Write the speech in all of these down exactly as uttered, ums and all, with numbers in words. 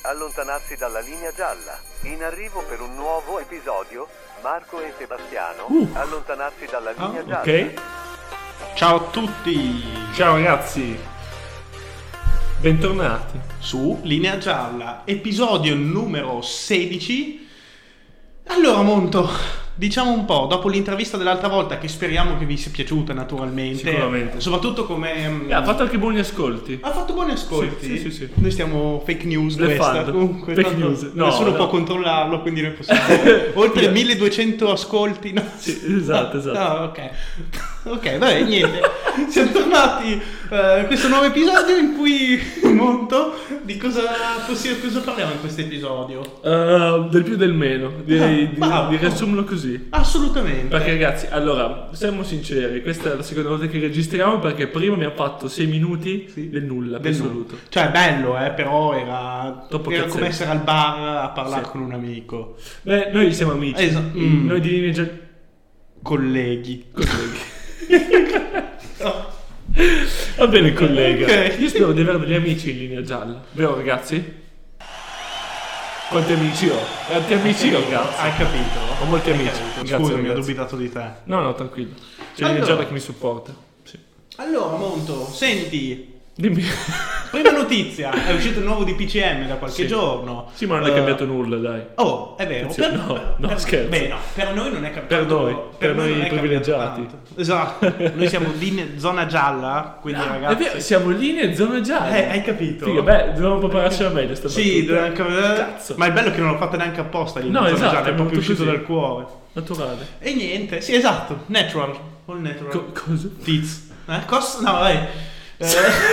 allontanarsi dalla linea gialla. In arrivo per un nuovo episodio, Marco e Sebastiano, Uh. allontanarsi dalla linea Ah, gialla. ok. Ciao a tutti Ciao ragazzi. Bentornati. su Linea Gialla, episodio numero sedici. Allora Monto, diciamo un po', dopo l'intervista dell'altra volta, che speriamo che vi sia piaciuta naturalmente. Sicuramente. Soprattutto come... Eh, ha fatto anche buoni ascolti. Ha fatto buoni ascolti? Sì, sì, sì, sì. Noi stiamo fake news Le questa. fan. Comunque, Fake tanto news. No, nessuno no. può controllarlo, quindi noi possiamo... Oltre milleduecento ascolti, no? Sì, esatto, esatto. No, ok. Ok, vabbè, niente. Siamo tornati eh, in questo nuovo episodio in cui Monto, di cosa possiamo, cosa parliamo in questo episodio? Uh, del più del meno. Direi Ah, di, bravo. di riassumerlo così. Assolutamente. Perché ragazzi, allora, siamo sinceri, questa è la seconda volta che registriamo perché prima mi ha fatto sei minuti Sì. del nulla, Del assoluto. nulla. Cioè, bello, eh, però era, Troppo era cazzetto. come essere al bar a parlare Sì. con un amico. Beh, noi siamo amici. Esatto. Mm. Noi di linea già... Colleghi. Oh. Va bene collega. Ok. Io spero di avere degli amici in linea gialla. Vero ragazzi? Quanti amici ho? Quanti amici ho, cazzo? Hai capito? Ho molti Hai amici. capito. Grazie, Scusami, ho ragazzi. dubitato di te. No, no, tranquillo. C'è Allora. linea gialla che mi supporta. Sì. Allora, Monto, senti, Dimmi. prima notizia, è uscito il nuovo D P C M da qualche Sì. giorno. Sì, ma non è Eh, cambiato nulla, dai. Oh, è vero. Attenzione, no, no, per, scherzo. Beh, no, per noi non è cambiato. Per noi, per noi non è cambiato privilegiati. tanto. Esatto. Noi siamo in zona gialla, quindi È ragazzi. vero, siamo in linea zona gialla. Eh, hai capito? Figa, beh, dovevamo prepararci meglio sta Sì, battuta. dove- Cazzo. ma il bello è che non l'ho fatta neanche apposta lì. No, in zona esatto, gialla, è è proprio venuto uscito così. dal cuore. Naturale. E niente, sì, esatto, natural. All natural. Co- cosa? Tiz. Eh, cos- no, vai. Eh.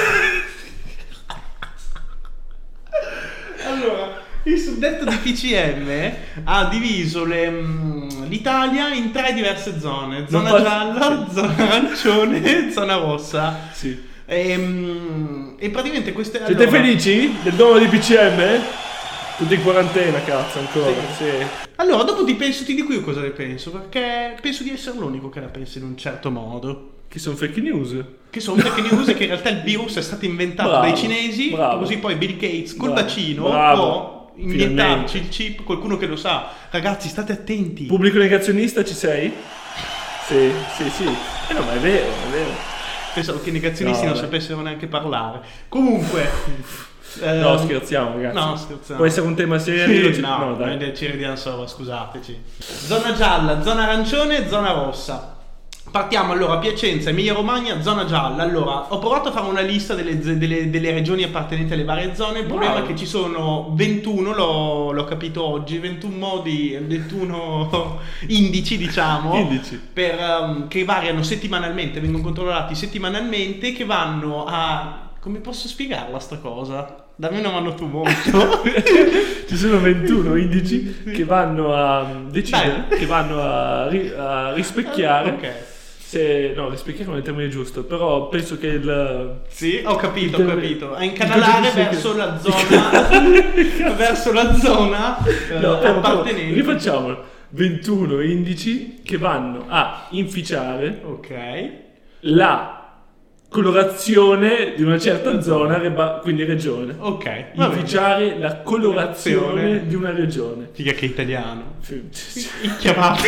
Allora, il suddetto D P C M ha diviso le, mm, l'Italia in tre diverse zone: zona Non fa- gialla, zona arancione, zona rossa. Sì. E, mm, e praticamente queste. Siete allora- felici del nuovo D P C M? Tutti in quarantena, cazzo, ancora. Sì. Sì. Allora, dopo ti penso, ti dico io cosa ne penso, perché penso di essere l'unico che la pensa in un certo modo. Che sono fake news. Che sono fake news e che in realtà il virus è stato inventato Bravo, dai cinesi, bravo. così poi Bill Gates col Bravo, vaccino bravo, può iniettarci finalmente. il chip, qualcuno che lo sa. Ragazzi, state attenti. Pubblico negazionista ci sei? Sì, sì, sì. Eh no, ma è vero, è vero. Pensavo che i negazionisti No, non dai. sapessero neanche parlare. Comunque... eh, No, scherziamo, ragazzi. No, scherziamo. Può essere un tema serio? Sì, no, no, dai. noi ci ridiamo solo, scusateci. Zona gialla, zona arancione, zona rossa. Partiamo allora, Piacenza, Emilia Romagna, zona gialla. Allora, ho provato a fare una lista delle, z- delle- delle regioni appartenenti alle varie zone. Il problema Wow. è che ci sono ventuno, l'ho, l'ho capito oggi, ventuno modi, ventuno indici, diciamo, Indici. per, um, che variano settimanalmente, vengono controllati settimanalmente, che vanno a... Come posso spiegarla sta cosa? Dammi una mano tu, molto. Ci sono ventuno indici che vanno a decidere, Dai. che vanno a, ri- a rispecchiare. Ok. Se, no, rispecchiare non è il termine giusto, però penso che il... Sì, ho capito, ho Il- capito. A il incanalare concetto di- verso la zona verso la zona eh, No, però, però, appartenente. rifacciamolo. ventuno indici che vanno a inficiare Ok. la colorazione di una certa zona, reba- quindi regione. Ok. va bene. Inficiare la colorazione Colorazione. di una regione. Figa che è italiano. Sì. Chiamato.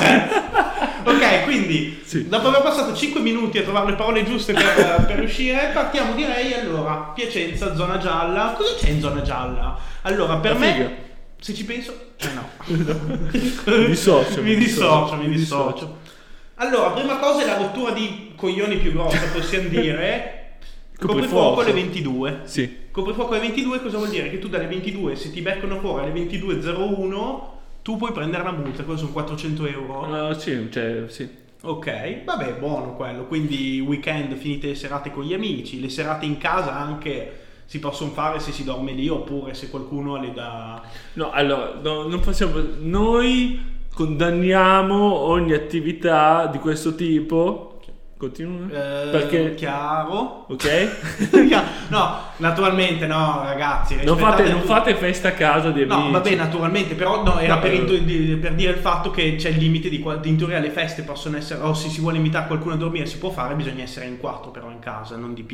Ok, quindi Sì. dopo aver passato cinque minuti a trovare le parole giuste per, per uscire, partiamo direi allora. Piacenza, zona gialla. Cosa c'è in zona gialla? Allora, per La me, figa. se ci penso, eh no. Mi dissocio, mi mi dissocio, dissocio, mi mi dissocio. Allora, prima cosa è la rottura di coglioni più grossa, possiamo dire. Coprifuoco alle ventidue. Sì. Coprifuoco alle ventidue cosa vuol dire? Che tu dalle ventidue, se ti beccano fuori alle ventidue e zero uno, tu puoi prendere la multa, quello sono quattrocento euro. Ah, sì, cioè, sì. Ok, vabbè, buono quello. Quindi weekend, finite le serate con gli amici, le serate in casa anche si possono fare se si dorme lì oppure se qualcuno le dà... No, allora, no, non possiamo... Noi condanniamo ogni attività di questo tipo. Continua? Eh, Perché... Chiaro. Ok? No, naturalmente no, ragazzi. Non fate, rispettate non tu- fate festa a casa di amici. No, vabbè, naturalmente, però no, era No, per, eh. intu- di- per dire il fatto che c'è il limite di, qua- in teoria le feste possono essere, o se si vuole invitare qualcuno a dormire si può fare, bisogna essere in quattro però in casa, non di più.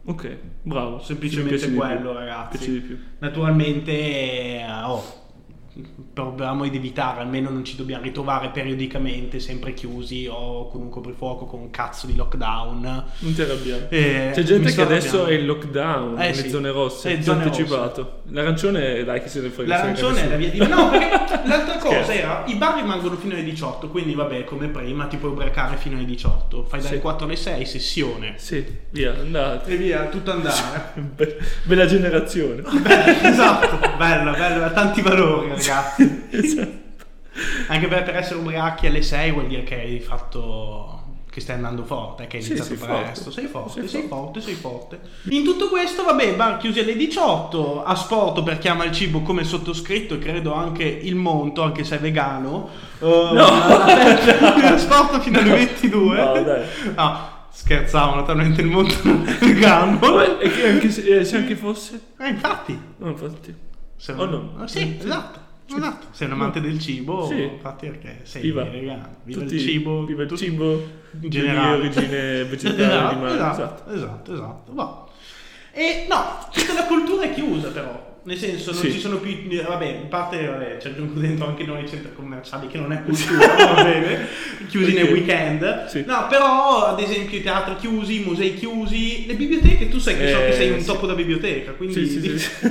Ok, bravo. Semplicemente quello, ragazzi. Piace di più. Naturalmente, eh, oh, proviamo ad evitare, almeno non ci dobbiamo ritrovare periodicamente sempre chiusi o con un coprifuoco, con un cazzo di lockdown. Non ti arrabbiare. Eh, C'è gente mi che adesso arrabbiando. è in lockdown, Eh, nelle sì. zone rosse, Eh, è zone anticipato. L'arancione, dai, che se ne frega. L'arancione è la via di... No, perché l'altra cosa Scherzo. era, i bar rimangono fino alle diciotto, quindi vabbè, come prima ti puoi ubriacare fino alle diciotto. Fai dalle Sì. quattro alle sei, sessione. Sì, via, andate. E via, tutto andare. Be- Bella generazione. Esatto, bella, bella, ha tanti valori, ragazzi. Esatto. Anche per, per essere ubriachi alle sei vuol dire che hai fatto... che stai andando forte, che hai Sì, iniziato sei presto. forte. Sei forte, Sei sei forte, sei forte. In tutto questo, vabbè, bar chiusi alle diciotto, Asporto perché ama il cibo come il sottoscritto e credo anche il Monto, anche se è vegano. Uh, No! Asporto fino alle ventidue. No, dai. No, scherzavo, naturalmente il Monto non è vegano. Vabbè, e che anche se, eh, se anche fosse? Eh, infatti. No, infatti. Se Oh, no. Ah, sì, esatto. Esatto. Sei un amante del cibo, Sì. infatti perché sei Viva. vegano. Viva Tutti- il cibo. Viva il tutti- cibo in di generale. origine vegetale, Esatto, animale. esatto, Esatto. esatto, esatto. Va. E no, tutta la cultura è chiusa però. Nel senso, non Sì. ci sono più. Vabbè, in parte vabbè, c'è giù dentro anche noi centri commerciali che non è cultura, va bene. Chiusi Ok. nei weekend. Sì. No, però, ad esempio, i teatri chiusi, i musei chiusi, le biblioteche, tu sai che so Eh, che sei un sì. topo da biblioteca, quindi. Sì, sì, sì, sì.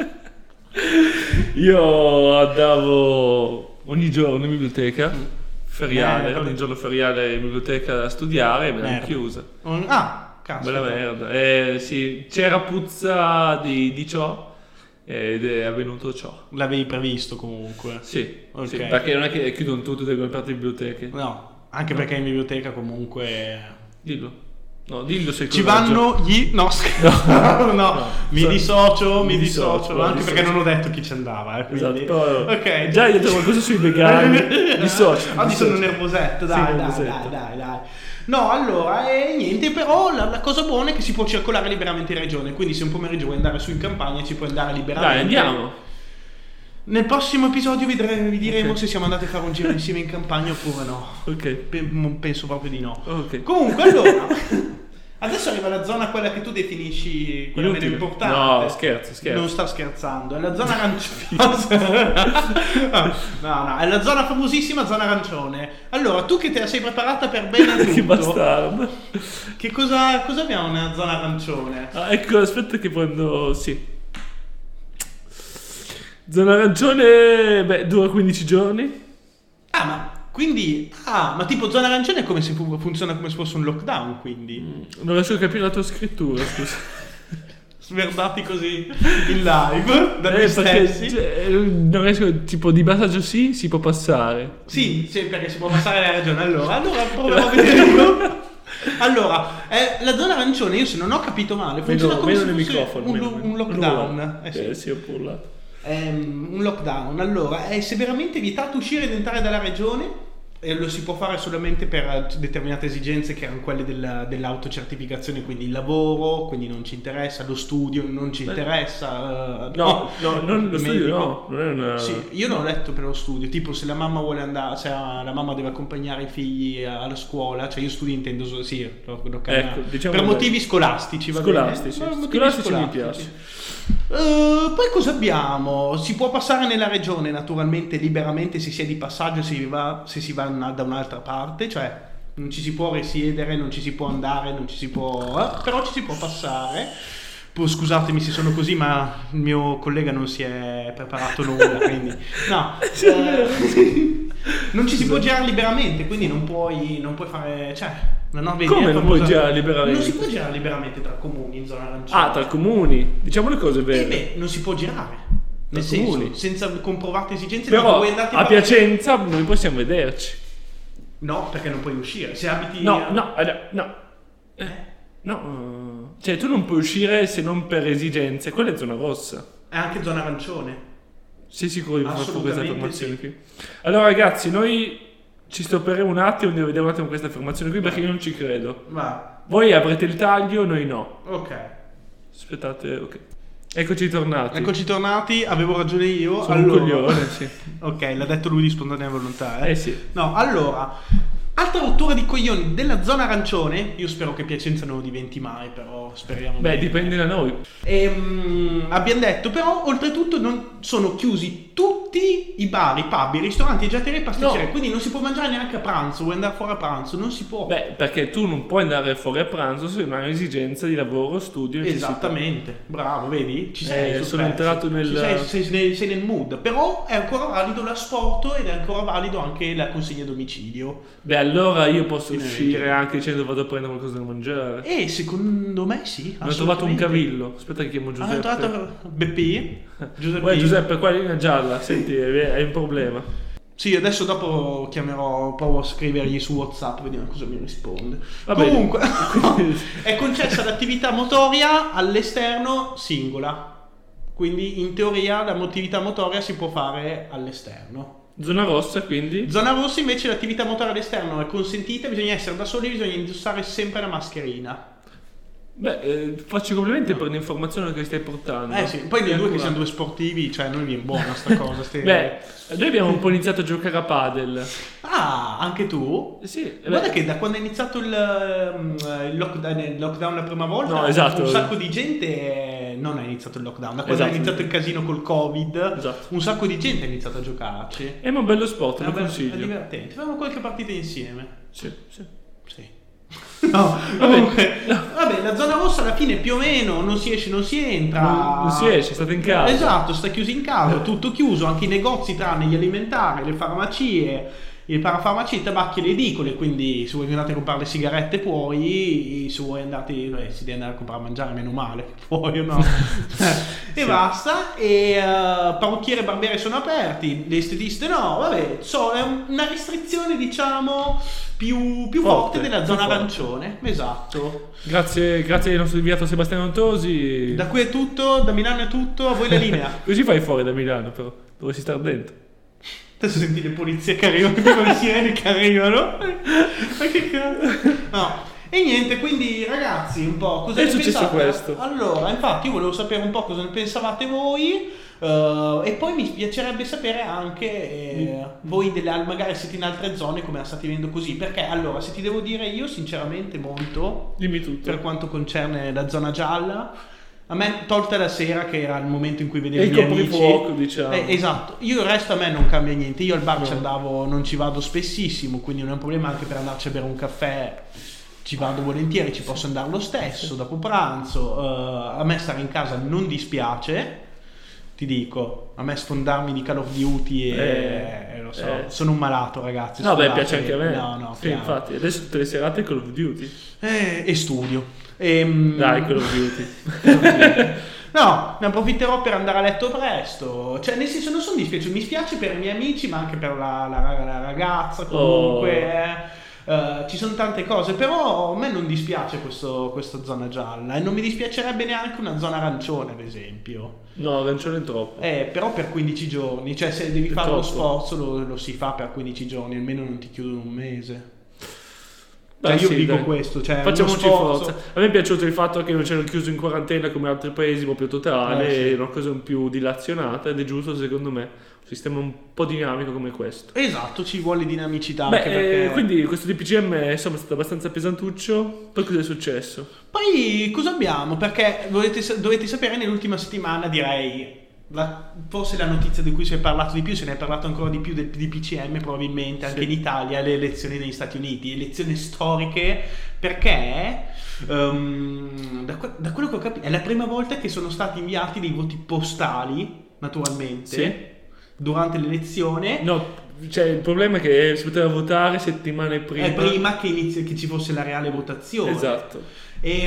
Io andavo ogni giorno in biblioteca, feriale, Merda. ogni giorno feriale in biblioteca a studiare e me l'hanno Merda. chiusa. Ah, cazzo. Bella merda. Eh, sì, c'era puzza di, di ciò ed è avvenuto ciò. L'avevi previsto comunque. Sì, Ok. sì, perché non è che chiudono tutte le aperte biblioteche. No, anche perché in biblioteca comunque. Dillo. No, dillo se Ci vanno gli. No, scherzo. No, No. mi So- dissocio, mi mi dissocio. dissocio, no, Anche dissocio. perché non ho detto chi ci andava. Eh, Esatto, quindi... però Ok. già hai detto qualcosa sui vegani. Dissocio. Oggi sono dissocio. nervosetto, Sì, dai, dai, nervosetto. dai, dai, dai. No, allora, e niente, però la, la cosa buona è che si può circolare liberamente in regione, quindi se un pomeriggio vuoi andare su in campagna ci puoi andare liberamente. Dai, andiamo. Nel prossimo episodio vi, dire- vi diremo Ok. se siamo andati a fare un giro insieme in campagna oppure no. Ok. Pe- non penso proprio di no. Ok. Comunque, allora, adesso arriva la zona quella che tu definisci quella meno Inutile. importante. No, scherzo, scherzo. Non sta scherzando, è la zona arancione. No, no, è la zona famosissima zona arancione. Allora, tu che te la sei preparata per bene tutto. Che bastardo. Che cosa, cosa abbiamo nella zona arancione? Ah, ecco, aspetta che prendo... Sì. Zona arancione, beh, dura quindici giorni. Ah, ma quindi ah, ma tipo zona arancione è come se fu- funziona come se fosse un lockdown, quindi. Non riesco a capire la tua scrittura, scusa. Sverdati così in live da noi Eh, perché stessi. cioè, non riesco, tipo di passaggio sì, si può passare. Sì, sì, perché si può passare la regione. Allora, allora proviamo a vedere io. Allora, eh, la zona arancione, io se non ho capito male, funziona Meno, come meno se nel fosse microfono. un, meno, lo- meno. un lockdown. Urla. Eh, sì. Eh, sì, ho urlato. Ehm, un lockdown. Allora, è severamente vietato uscire ed entrare dalla regione. E lo si può fare solamente per determinate esigenze che erano quelle della, dell'autocertificazione, quindi il lavoro, quindi non ci interessa, lo studio non ci Beh. interessa. eh, No, no, non lo il studio, medico. no. Non è una... Sì, io non ho letto per lo studio, tipo se la mamma vuole andare, se la mamma deve accompagnare i figli alla scuola, cioè io studio intendo solo, sì, l'ho, l'ho cambiato. Ecco, diciamo per che- motivi scolastici, va Scolastici. bene? Per motivi Scolastici mi scolastici. piace. Uh, poi cosa abbiamo? Si può passare nella regione naturalmente liberamente se si è di passaggio, se si va, se si va una- da un'altra parte, cioè non ci si può risiedere, non ci si può andare, non ci si può, eh, però ci si può passare. Poi, scusatemi se sono così, ma il mio collega non si è preparato nulla, quindi no. eh, non ci si può girare liberamente, quindi non puoi, non puoi fare, cioè, no, no, vedi, Come è non proprio- puoi girare liberamente? Non si può girare liberamente tra comuni in zona arancione. Ah, tra comuni. Diciamo le cose Eh vere. beh, non si può girare. Nel Tra senso, comuni. senza comprovate esigenze, Però non puoi andarti a fare- Piacenza noi possiamo vederci. No, perché non puoi uscire. Se abiti No, a- no, eh, no. Eh, no. Cioè, tu non puoi uscire se non per esigenze. Quella è zona rossa. È anche zona arancione. Sei sicuro di aver fatto questa Assolutamente affermazione sì. qui? Allora, ragazzi, noi ci stopperemo un attimo, devo vedere un attimo questa affermazione qui perché io non ci credo. Va. Voi avrete il taglio, noi no. Ok. Aspettate, ok. Eccoci tornati. Eccoci tornati, avevo ragione io. Sono allora... un coglione, sì. Ok, l'ha detto lui di spontanea volontà. Eh, Eh sì. No, allora, a altra rottura di coglioni della zona arancione, io spero che Piacenza non lo diventi mai, però speriamo. Beh, bene. dipende da noi. Ehm, abbiamo detto, però, oltretutto non sono chiusi tutti i bar, i pub, i ristoranti, i giatterie e pasticcerie, No. quindi non si può mangiare neanche a pranzo, vuoi andare fuori a pranzo, non si può. Beh, perché tu non puoi andare fuori a pranzo se non hai un'esigenza di lavoro, studio, necessità. Esattamente, bravo, vedi? Ci sei, Eh, sul sono pezzo. entrato nel- Ci sei, sei, sei- sei nel mood, però è ancora valido l'asporto ed è ancora valido anche la consegna a domicilio. Beh, allora io posso Sì, uscire sì. anche dicendo vado a prendere qualcosa da mangiare. E secondo me sì. Mi ho trovato un assolutamente. cavillo. Aspetta che chiamo Ah, Giuseppe. hai trovato B P? Giuseppe. Uè, Giuseppe, qua è linea gialla. Senti, hai un problema. Sì, adesso dopo chiamerò, provo a scrivergli su WhatsApp, vediamo cosa mi risponde. Va bene. Comunque, è concessa l'attività motoria all'esterno singola. Quindi in teoria l'attività motoria si può fare all'esterno. Zona rossa, quindi. Zona rossa invece l'attività motoria all'esterno è consentita, bisogna essere da soli, bisogna indossare sempre la mascherina. Beh, eh, faccio complimenti per l'informazione che stai portando. Eh sì, poi noi Mi due che accurato. siamo due sportivi, cioè noi viene buona sta cosa. ste- Beh, noi abbiamo un po' iniziato a giocare a padel. Ah, anche tu? Eh Sì, eh Guarda beh, che da quando è iniziato il, ehm, il lockdown, il lockdown la prima volta, No, esatto. un sacco di gente eh, non è iniziato il lockdown, da quando Esatto. è iniziato il casino col Covid, Esatto. un sacco di gente ha iniziato a giocarci. è un bello sport, È lo bello- è consiglio. divertente. Facciamo qualche partita insieme. Sì, sì. Sì. No, comunque, vabbè, la zona rossa alla fine più o meno non si esce, non si entra. Non, non si esce, state in casa. Esatto, sta chiuso in casa, tutto chiuso, anche i negozi tranne gli alimentari, le farmacie, i parafarmacie, i tabacchi e le edicole, quindi se vuoi andare a comprare le sigarette puoi, se vuoi andare, eh, si deve andare a comprare a mangiare, meno male, puoi o no. E basta, e uh, parrucchiere e barbiere sono aperti, le estetiste no, vabbè, so, è un- una restrizione diciamo più, più forte, Forte, della più zona forte. arancione, esatto. Grazie, grazie al nostro inviato Sebastiano Tosi. Da qui è tutto, da Milano è tutto, a voi la linea. Così fai fuori da Milano, però. Dovresti stare dentro. Adesso senti le polizie che arrivano, tipo le sirene che arrivano. Ma che cazzo? No. E niente, quindi ragazzi, un po' cosa È ne successo pensate? questo. Allora, infatti io volevo sapere un po' cosa ne pensavate voi. eh, e poi mi piacerebbe sapere anche eh, voi delle, magari siete in altre zone come la state vivendo così, perché allora se ti devo dire io sinceramente molto Dimmi tutto. per quanto concerne la zona gialla, a me tolta la sera che era il momento in cui vedevo E i il miei amici, coprifuoco, diciamo. Eh, esatto, io il resto a me non cambia niente, io al bar No. ci andavo, non ci vado spessissimo, quindi non è un problema, anche per andarci a bere un caffè ci vado volentieri, ci posso andare lo stesso dopo pranzo. Eh, a me stare in casa non dispiace, ti dico, a me sfondarmi di Call of Duty e Eh, eh, lo so, eh. sono un malato ragazzi, No, beh, scusate. piace anche a me. No, no, sì, chiaro. infatti. Adesso tutte le serate Call of Duty. Eh, e studio. Ehm, Dai, Call of Duty. No, ne approfitterò per andare a letto presto. Cioè, nel senso, non sono dispiaciuto. Mi spiace per i miei amici, ma anche per la, la- la ragazza. Comunque, Oh. eh. Eh, ci sono tante cose. Però a me non dispiace questo, questa zona gialla. E non mi dispiacerebbe neanche una zona arancione, ad esempio. No, arancione è troppo. Eh, però per quindici giorni. Cioè, se devi È fare lo troppo. sforzo, lo, lo si fa per quindici giorni. Almeno non ti chiudono un mese. Dai, Cioè, io sì, dico dai. questo. Cioè, Facciamoci uno sforzo- forza. A me è piaciuto il fatto che non c'era chiuso in quarantena come altri paesi proprio totale, Eh, sì. è una cosa un più dilazionata ed è giusto secondo me un sistema un po' dinamico come questo. Esatto, ci vuole dinamicità. Beh, anche perché... eh, quindi questo D P G M insomma è stato abbastanza pesantuccio. Poi cosa è successo? Poi cosa abbiamo? Perché dovete, sa- dovete sapere, nell'ultima settimana direi, la- forse la notizia di cui si è parlato di più, se ne è parlato ancora di più del D P C M probabilmente anche Sì. in Italia, le elezioni negli Stati Uniti, elezioni storiche, perché ehm, da, que- da quello che ho capito è la prima volta che sono stati inviati dei voti postali, naturalmente, Sì. durante l'elezione. No, cioè il problema è che si poteva votare settimane prima. È prima che, inizi- che ci fosse la reale votazione. Esatto.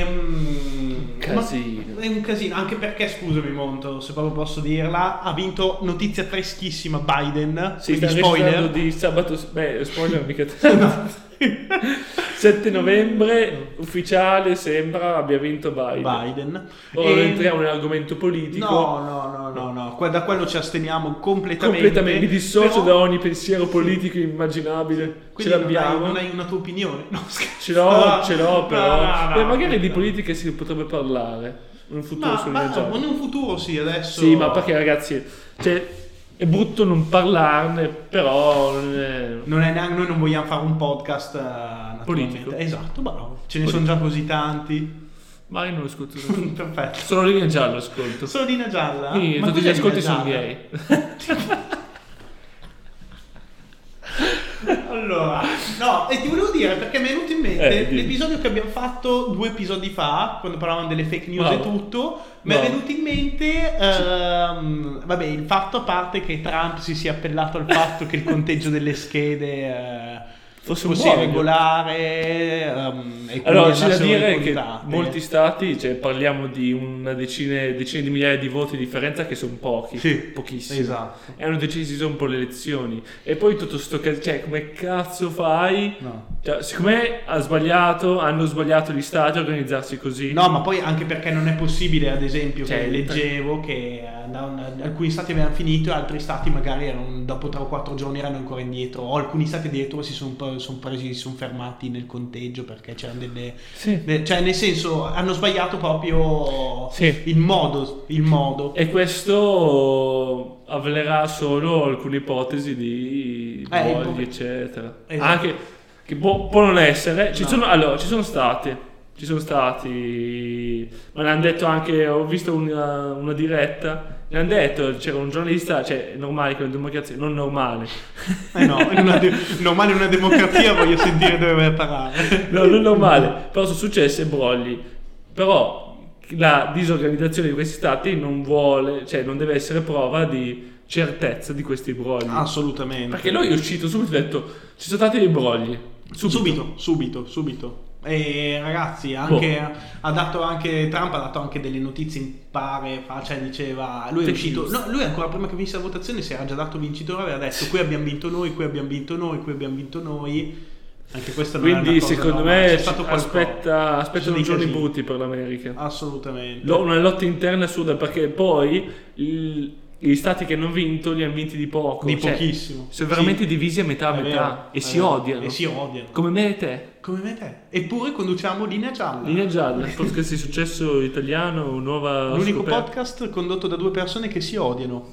Ehm, Casino. ma- È un casino, anche perché, scusami Monto, se proprio posso dirla, ha vinto, notizia freschissima, Biden, Sì, quindi sta registrando spoiler. di sabato. Beh, spoiler mica sette novembre ufficiale sembra abbia vinto Biden. Biden. Ora non E- entriamo nell'argomento politico. No, no, no, no, no, que- da quello ci asteniamo completamente. Completamente, mi dissocio però- da ogni pensiero politico immaginabile. Quindi ce non hai, l'abbiamo. non hai una tua opinione? No, scherzo. Ce l'ho, No, ce l'ho però. no, no, no, Beh, magari no. di politica si potrebbe parlare. In un futuro Ma, sul ma viaggiato. in un futuro sì, adesso. Sì, ma perché ragazzi, cioè, è brutto non parlarne, però non è... Non è neanche, noi non vogliamo fare un podcast uh, naturalmente. Politico. Esatto, bravo. Ce ne Politico. sono già così tanti. Ma io non lo ascolto. Perfetto. Solo Linea Gialla ascolto. Solo Linea Gialla? Quindi Ma tutti gli cos'è ascolti Linea sono Gialla? gay. Allora, no, e ti volevo dire perché mi è venuto in mente Eh, dimmi. l'episodio che abbiamo fatto due episodi fa, quando parlavamo delle fake news Bravo. e tutto. Mi è Bravo. venuto in mente, ehm, vabbè, il fatto a parte che Trump si sia appellato al fatto che il conteggio delle schede eh, Fosse un fosse buono. regolare. ehm, e quindi Allora, c'è da andassero dire che ricontate. molti stati, cioè parliamo di una decina, decine di migliaia di voti di differenza che sono pochi, Sì, pochissimi. esatto. E hanno deciso un po' le elezioni. E poi tutto sto caso, cioè come cazzo fai? No. Cioè, siccome ha sbagliato, hanno sbagliato gli stati a organizzarsi così. No, ma poi anche perché non è possibile, ad esempio, Cioè, che leggevo che andavano- alcuni stati avevano finito e altri stati magari erano, dopo tre o quattro giorni erano ancora indietro, o alcuni stati addirittura si sono son presi, si sono fermati nel conteggio perché c'erano delle... Sì. de- cioè nel senso hanno sbagliato proprio Sì. il modo, il modo. E questo avvelerà solo alcune ipotesi di Eh, il brogli, problema- eccetera. Esatto. Anche che può, può non essere. Ci No. sono, allora, ci sono stati. Ci sono stati. Ma l'hanno detto anche. Ho visto una, una diretta. L'hanno detto, c'era un giornalista, cioè è normale che una democrazia, non normale. Eh no, in una de- normale in una democrazia voglio sentire dove vai a parare. No, non normale. Però sono successe brogli. Però la disorganizzazione di questi stati non vuole, cioè non deve essere prova di certezza di questi brogli. Assolutamente. Perché lui è uscito subito e ha detto ci sono stati dei brogli. Subito. Subito, subito, subito. E ragazzi, anche, Boh. ha dato anche Trump ha dato anche delle notizie in pare, fa- cioè diceva, lui è Fake uscito, news. no, lui ancora prima che finisse la votazione si era già dato vincitore, aveva detto qui abbiamo vinto noi, qui abbiamo vinto noi, qui abbiamo vinto noi. Anche questo non è Quindi una cosa secondo normale, me c'è stato qualcosa. aspetta, aspettano Ci sono giorni dei casini. brutti per l'America. Assolutamente. Lo- una lotta interna assurda perché poi il- gli stati che hanno vinto li hanno vinti di poco. Di Cioè, pochissimo. sono veramente Sì. divisi a metà a È metà vero, e è si vero. odiano. E si odiano. Come me e te. Come me e te. Eppure conduciamo Linea Gialla. Linea Gialla, il podcast di successo italiano, nuova L'unico scoperta. podcast condotto da due persone che si odiano.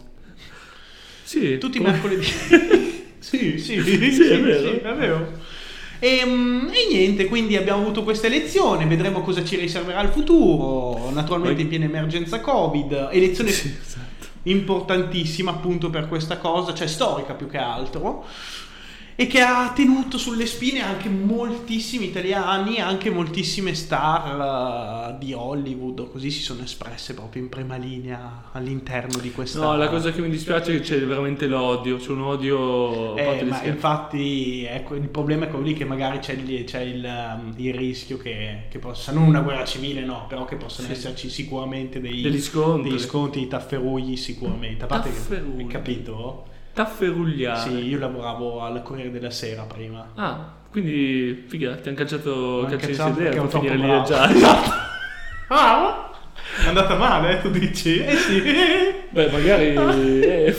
Sì, Tutti i come- mercoledì. sì, sì, sì, è vero. sì, è vero. E, mm, e niente, quindi abbiamo avuto questa elezione, vedremo cosa ci riserverà il futuro, naturalmente Poi- in piena emergenza Covid, elezione Sì, esatto. importantissima appunto per questa cosa, cioè storica più che altro, e che ha tenuto sulle spine anche moltissimi italiani, anche moltissime star uh, di Hollywood, così si sono espresse proprio in prima linea all'interno di questa... No, la cosa che mi dispiace è che c'è veramente l'odio, c'è un odio a Eh, parte gli ma scherzi. infatti ecco, il problema è quello lì che magari c'è il, c'è il, um, il rischio che, che possa, non una guerra civile no, però che possano Sì. esserci sicuramente dei, Degli scontri. degli scontri, tafferugli sicuramente, a parte Tafferugli. che, hai capito? Tafferugliare. Sì, io lavoravo al Corriere della Sera prima. Ah, quindi figa, ti hanno calciato Mi hanno calcio in cacciato sedere perché per ero finire troppo lì a bravo. già. Esatto. Ah, è andata male, eh, tu dici? Eh sì. Beh, magari eh,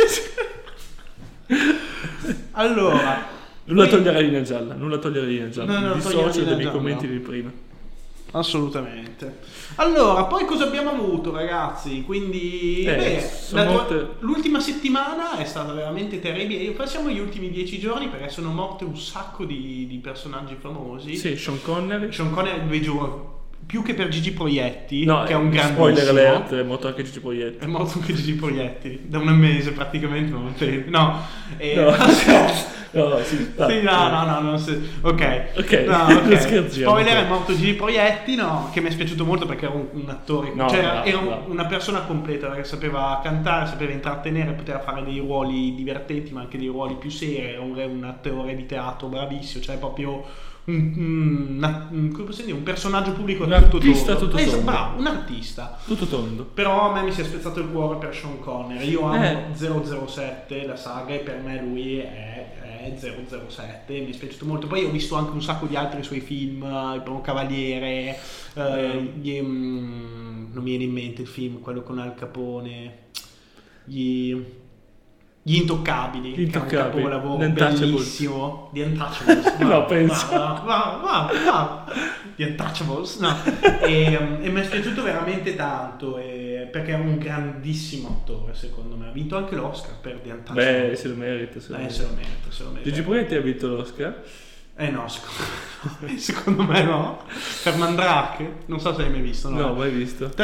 Allora, nulla qui- togliere la linea gialla, nulla togliere la linea gialla. No, no, Mi togliere la dissocio linea dai miei gialla. commenti di prima. assolutamente. Allora, poi cosa abbiamo avuto, ragazzi? Quindi, Eh, beh, sono la- morte- l'ultima settimana è stata veramente terribile. Io passiamo gli ultimi dieci giorni perché sono morte un sacco di, di personaggi famosi. Sì, Sean Connery. Sean Connery, vi giuro, più che per Gigi Proietti, No, che è un eh, grandissimo. spoiler alert, è morto anche Gigi Proietti. È morto anche Gigi Proietti da un mese praticamente. Non te- no, eh, No, no, no, sì, dai. sì, no, no, no, non si- ok, Ok, no, non ok. scherziamo. Spoiler, è morto Gigi Proietti, no, che mi è spiaciuto molto perché era un, un attore, No, cioè bravo, era un- bravo. una persona completa, perché sapeva cantare, sapeva intrattenere, poteva fare dei ruoli divertenti, ma anche dei ruoli più seri, era un, un attore di teatro bravissimo, cioè proprio un, un, una- un- come posso dire, un personaggio pubblico Un a tutto artista tondo. tutto Eh, tondo. bravo, un artista. Tutto tondo. Però a me mi si è spezzato il cuore per Sean Connery. Io amo Eh. zero zero sette, la saga, e per me lui è, è zero zero sette. Mi è piaciuto molto. Poi ho visto anche un sacco di altri suoi film, Il Primo Cavaliere, eh, gli, mm, non mi viene in mente il film, quello con Al Capone, gli, gli Intoccabili, Gli che è un Intoccabili, capolavoro The Untouchables. bellissimo. The Untouchables. No, penso. Va, va, va, va. The Untouchables, no. E, um, e mi è piaciuto veramente tanto. E perché è un grandissimo attore, secondo me. Ha vinto anche l'Oscar per The Untouchable. Beh, se lo merita. Se lo Eh, merita. se lo merita, se lo merita. Gigi Proietti ha vinto l'Oscar? Eh no, secondo, secondo me no. Per Mandrake, non so se l'hai mai visto, no? No, mai visto. Ok,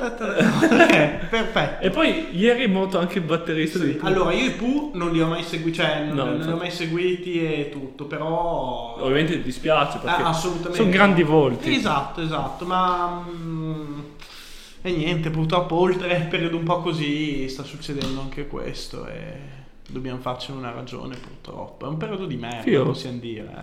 perfetto. E poi ieri è morto anche il batterista Sì, di Pooh. allora io i Pooh non li ho mai seguiti, cioè non, No, non li infatti. ho mai seguiti e tutto, però Ovviamente ti dispiace perché Ah, assolutamente. sono grandi volti. Esatto, esatto, ma mm, e niente, purtroppo oltre il periodo un po' così sta succedendo anche questo e dobbiamo farcene una ragione, purtroppo. È un periodo di merda, Fio. possiamo dire, eh.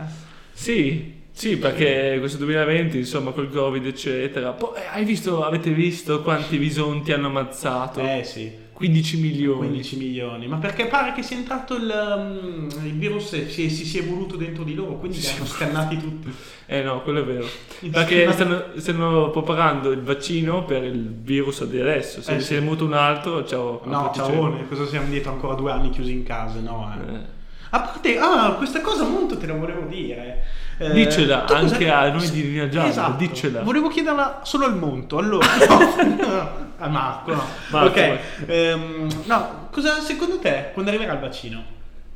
Sì, sì, perché questo duemilaventi, insomma, col Covid, eccetera. Poi, eh, hai visto, avete visto quanti bisonti hanno ammazzato? Eh sì, quindici milioni. quindici milioni, ma perché pare che sia entrato il, um, il virus e si, si sia evoluto dentro di loro, quindi li hanno scannati tutti. Eh no, quello è vero. Perché stanno, stanno preparando il vaccino per il virus di adesso. Se Eh, se sì. ne muto un altro, ciao. No, ciao. ciaone, cosa siamo dietro ancora due anni chiusi in casa, no? Eh. Eh. A parte, ah, questa cosa molto te la volevo dire. Eh, Diccela tu cosa- anche a noi di Linea Gialla, Esatto. diccela. Volevo chiederla solo al Monto, allora. No, a Marco, no. Marco, ok. vai. ehm, no, cosa secondo te quando arriverà il vaccino?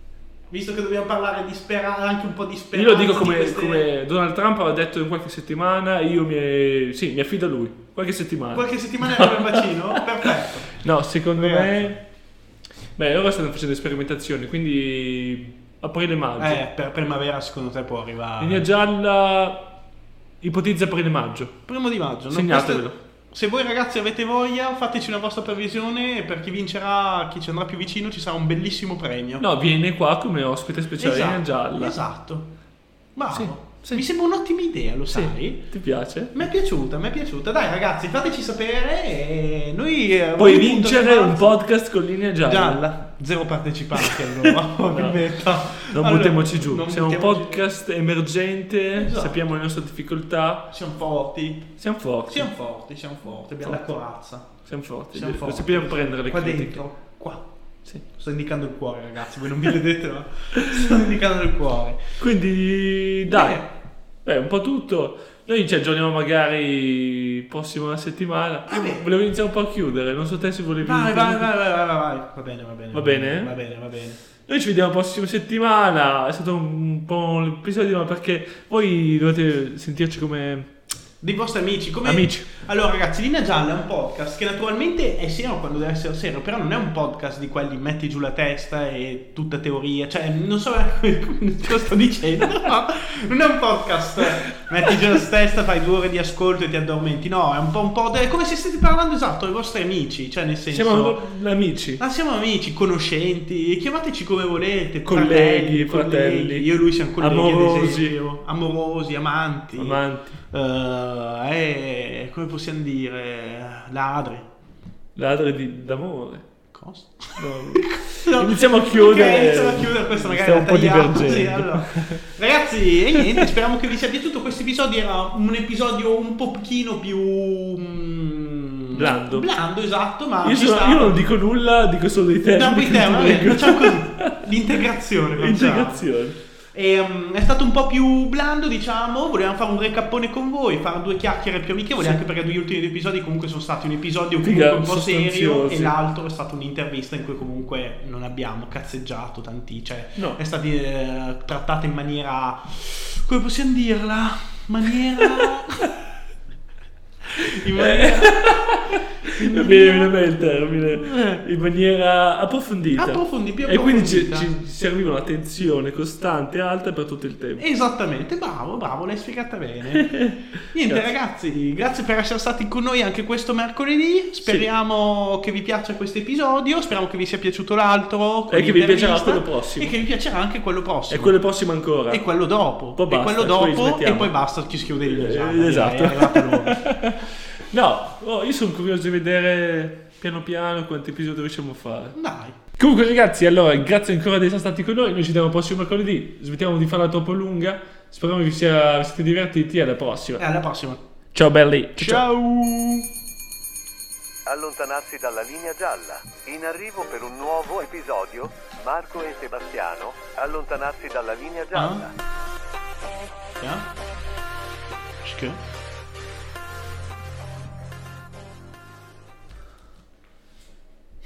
Visto che dobbiamo parlare di speranza, anche un po' di Io speranza. lo dico di come, queste- come Donald Trump ha detto in qualche settimana, io mi, sì, mi affido a lui. Qualche settimana. Qualche settimana arriva il vaccino? Perfetto. No, secondo Ragazzi. me... Beh, loro stanno facendo sperimentazioni, quindi aprile-maggio. Eh, per primavera secondo te può arrivare? Linea Gialla ipotizza aprile-maggio. Primo di maggio, no? Segnatevelo. Questo- se voi ragazzi avete voglia, fateci una vostra previsione e per chi vincerà, chi ci andrà più vicino, ci sarà un bellissimo premio. No, viene qua come ospite speciale esatto, Linea Gialla. Esatto. Bravo. Sì, sì. Mi sembra un'ottima idea, lo Sì, sai? ti piace? Mi è piaciuta, mi è piaciuta. Dai ragazzi, fateci sapere e noi... eh, Puoi ogni vincere punto che un marzo- podcast con Linea Gialla. Gialla. Zero partecipanti allora, ovviamente. Non Allora, buttiamoci giù. non Siamo un buttiamoci podcast emergente, Esatto. sappiamo le nostre difficoltà. giù. Siamo forti. Siamo forti. Siamo forti, siamo forti. Abbiamo Forti. la corazza. Siamo forti. Siamo forti. Sappiamo prendere le Qua critiche. dentro, qua. Sì. Sto indicando il cuore, ragazzi. Voi non mi vedete, ma sto indicando il cuore. Quindi dai, Bene. beh, un po' tutto. Noi ci aggiorniamo magari prossima settimana. Io Bene. volevo iniziare un po' a chiudere, non so te se volevi. Vai, vai, vai, vai, vai, vai. Va bene, va bene. Va bene? Va bene, va bene. Noi ci vediamo la prossima settimana. È stato un po' un episodio, ma perché voi dovete sentirci come Dei vostri amici, come... amici. Allora ragazzi, Linea Gialla è un podcast che naturalmente è serio quando deve essere serio, però non è un podcast di quelli metti giù la testa e tutta teoria, cioè non so come te lo sto dicendo, no, non è un podcast metti giù la testa, fai due ore di ascolto e ti addormenti, no, è un po' un po' de- come se stessi parlando esatto ai vostri amici, cioè nel senso... Siamo amici. Ah, siamo amici, conoscenti, chiamateci come volete, Colleghi, fratelli, fratelli. colleghi. Io e lui siamo colleghi, Amorosi. ad esempio, amorosi, amanti. Amanti. Eh, eh, come possiamo dire, ladri. Ladri di, d'amore. Cosa? No. No. Iniziamo a chiudere. Ok, iniziamo a chiudere, questo magari Stiamo la un po' tagliamo. Sì, divergendo. allora. Ragazzi, e niente, speriamo che vi sia piaciuto. Questo episodio era un episodio un pochino più mm, Blando. Blando, esatto, ma Io, ci sono- stava. io non dico nulla, dico solo dei termini. No, poi te, va bene, facciamo così. L'integrazione. facciamo. Integrazione. E, um, è stato un po' più blando, diciamo. Volevamo fare un recappone con voi, fare due chiacchiere più amichevoli, Sì. anche perché gli ultimi due episodi comunque sono stati un episodio Figa, comunque un po' serio sostanziosi. e l'altro è stata un'intervista in cui comunque non abbiamo cazzeggiato tanti, cioè No. è stata eh, trattata in maniera, come possiamo dirla? Maniera in maniera Va bene, va bene il termine. In maniera approfondita. Approfondi- più E quindi ci, approfondita. ci serviva un'attenzione costante e alta per tutto il tempo. Esattamente, bravo, bravo, l'hai spiegata bene. Niente Grazie. ragazzi, grazie per essere stati con noi anche questo mercoledì. Speriamo che vi piaccia questo episodio, speriamo che vi sia piaciuto l'altro con E che vi l'intervista, piacerà quello prossimo. E che vi piacerà anche quello prossimo. E quello prossimo ancora. E quello dopo. Poi e basta, quello poi dopo smettiamo. e poi basta, ci si chiude il Eh, esame. esatto. Direi, è arrivata l'ora. No, oh, io sono curioso di vedere piano piano quanti episodi riusciamo a fare. Dai. Comunque ragazzi, allora grazie ancora di essere stati con noi. Noi ci vediamo il prossimo mercoledì. Smettiamo di farla troppo lunga. Speriamo vi, sia, vi siete divertiti. Alla prossima. E alla prossima. Ciao belli. Ciao. Allontanarsi dalla linea gialla. In arrivo per un nuovo episodio, Marco e Sebastiano, allontanarsi dalla linea gialla. Ja? Schön.